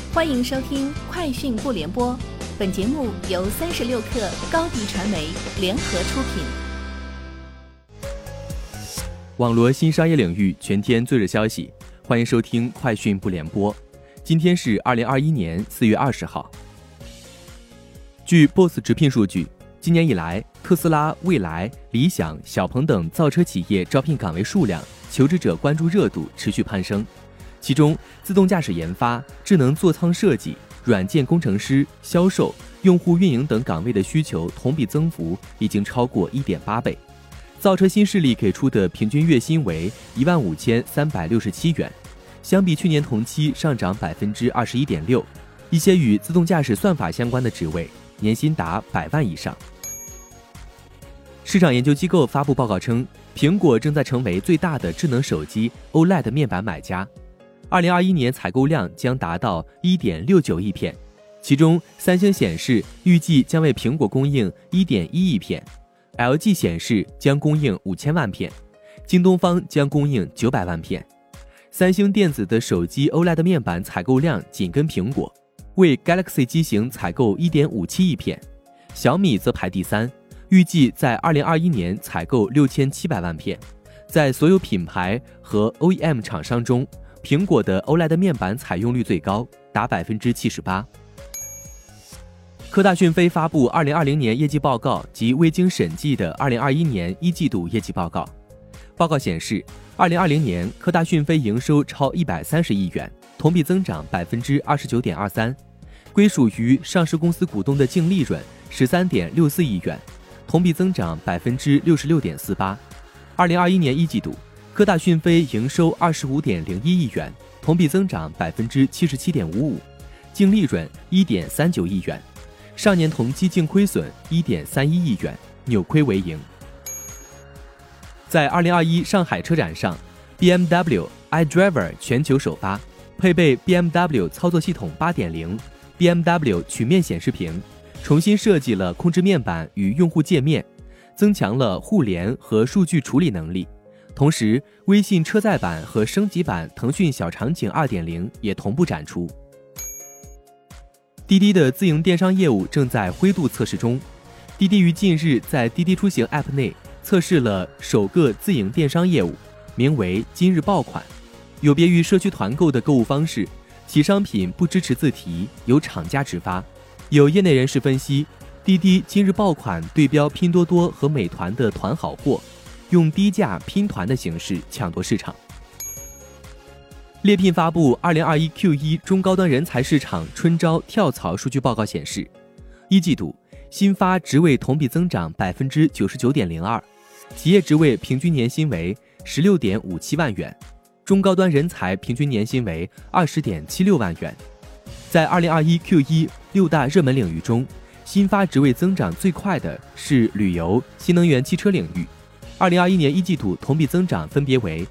欢迎收听快讯不联播，本节目由36克高迪传媒联合出品。 网罗新商业领域全天最热消息，欢迎收听快讯不联播。今天是2021年4月20号。据 BOSS 直聘数据，今年以来，特斯拉、蔚来、理想、小鹏等造车企业招聘岗位数量、求职者关注热度持续攀升。其中，自动驾驶研发、智能座舱设计、软件工程师、销售、用户运营等岗位的需求同比增幅已经超过 1.8 倍。造车新势力给出的平均月薪为15367元，相比去年同期上涨 21.6%。一些与自动驾驶算法相关的职位，年薪达100万以上。市场研究机构发布报告称，苹果正在成为最大的智能手机 OLED 面板买家。2021年采购量将达到 1.69 亿片，其中三星显示预计将为苹果供应 1.1 亿片， LG 显示将供应5000万片，京东方将供应900万片。三星电子的手机 OLED 面板采购量紧跟苹果，为 Galaxy 机型采购 1.57 亿片，小米则排第三，预计在2021年采购6700万片。在所有品牌和 OEM 厂商中，苹果的 OLED 面板采用率最高，达 78%。 科大讯飞发布2020年业绩报告及未经审计的2021年一季度业绩报告。报告显示，2020年科大讯飞营收超130亿元，同比增长 29.23%， 归属于上市公司股东的净利润 13.64 亿元，同比增长 66.48%。 2021年一季度，科大讯飞营收 25.01 亿元，同比增长 77.55%， 净利润 1.39 亿元，上年同期净亏损 1.31 亿元，扭亏为盈。在2021上海车展上， BMW iDriver 全球首发，配备 BMW 操作系统 8.0、 BMW 曲面显示屏，重新设计了控制面板与用户界面，增强了互联和数据处理能力。同时，微信车载版和升级版腾讯小场景 2.0 也同步展出。滴滴的自营电商业务正在灰度测试中。滴滴于近日在滴滴出行 App 内测试了首个自营电商业务，名为今日爆款。有别于社区团购的购物方式，其商品不支持自提，由厂家直发。有业内人士分析，滴滴今日爆款对标拼多多和美团的团好货，用低价拼团的形式抢夺市场。猎聘发布2021 Q1 中高端人才市场春招跳槽数据报告显示，一季度新发职位同比增长 99.02%， 企业职位平均年薪为 16.57 万元，中高端人才平均年薪为 20.76 万元。在2021 Q1 6大热门领域中，新发职位增长最快的是旅游、新能源汽车领域。2021年一季度同比增长分别为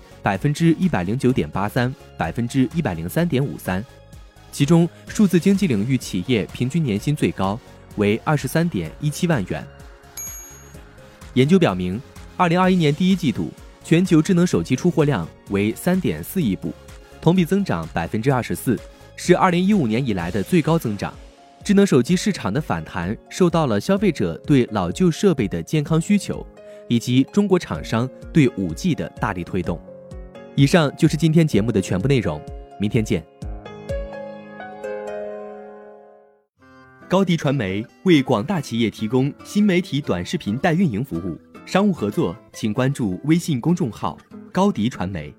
109.83%、103.53%， 其中数字经济领域企业平均年薪最高，为 23.17 万元。研究表明，2021年第一季度全球智能手机出货量为 3.4 亿部，同比增长 24%， 是2015年以来的最高增长。智能手机市场的反弹受到了消费者对老旧设备的健康需求，以及中国厂商对 5G 的大力推动。以上就是今天节目的全部内容，明天见。高迪传媒为广大企业提供新媒体短视频代运营服务，商务合作请关注微信公众号高迪传媒。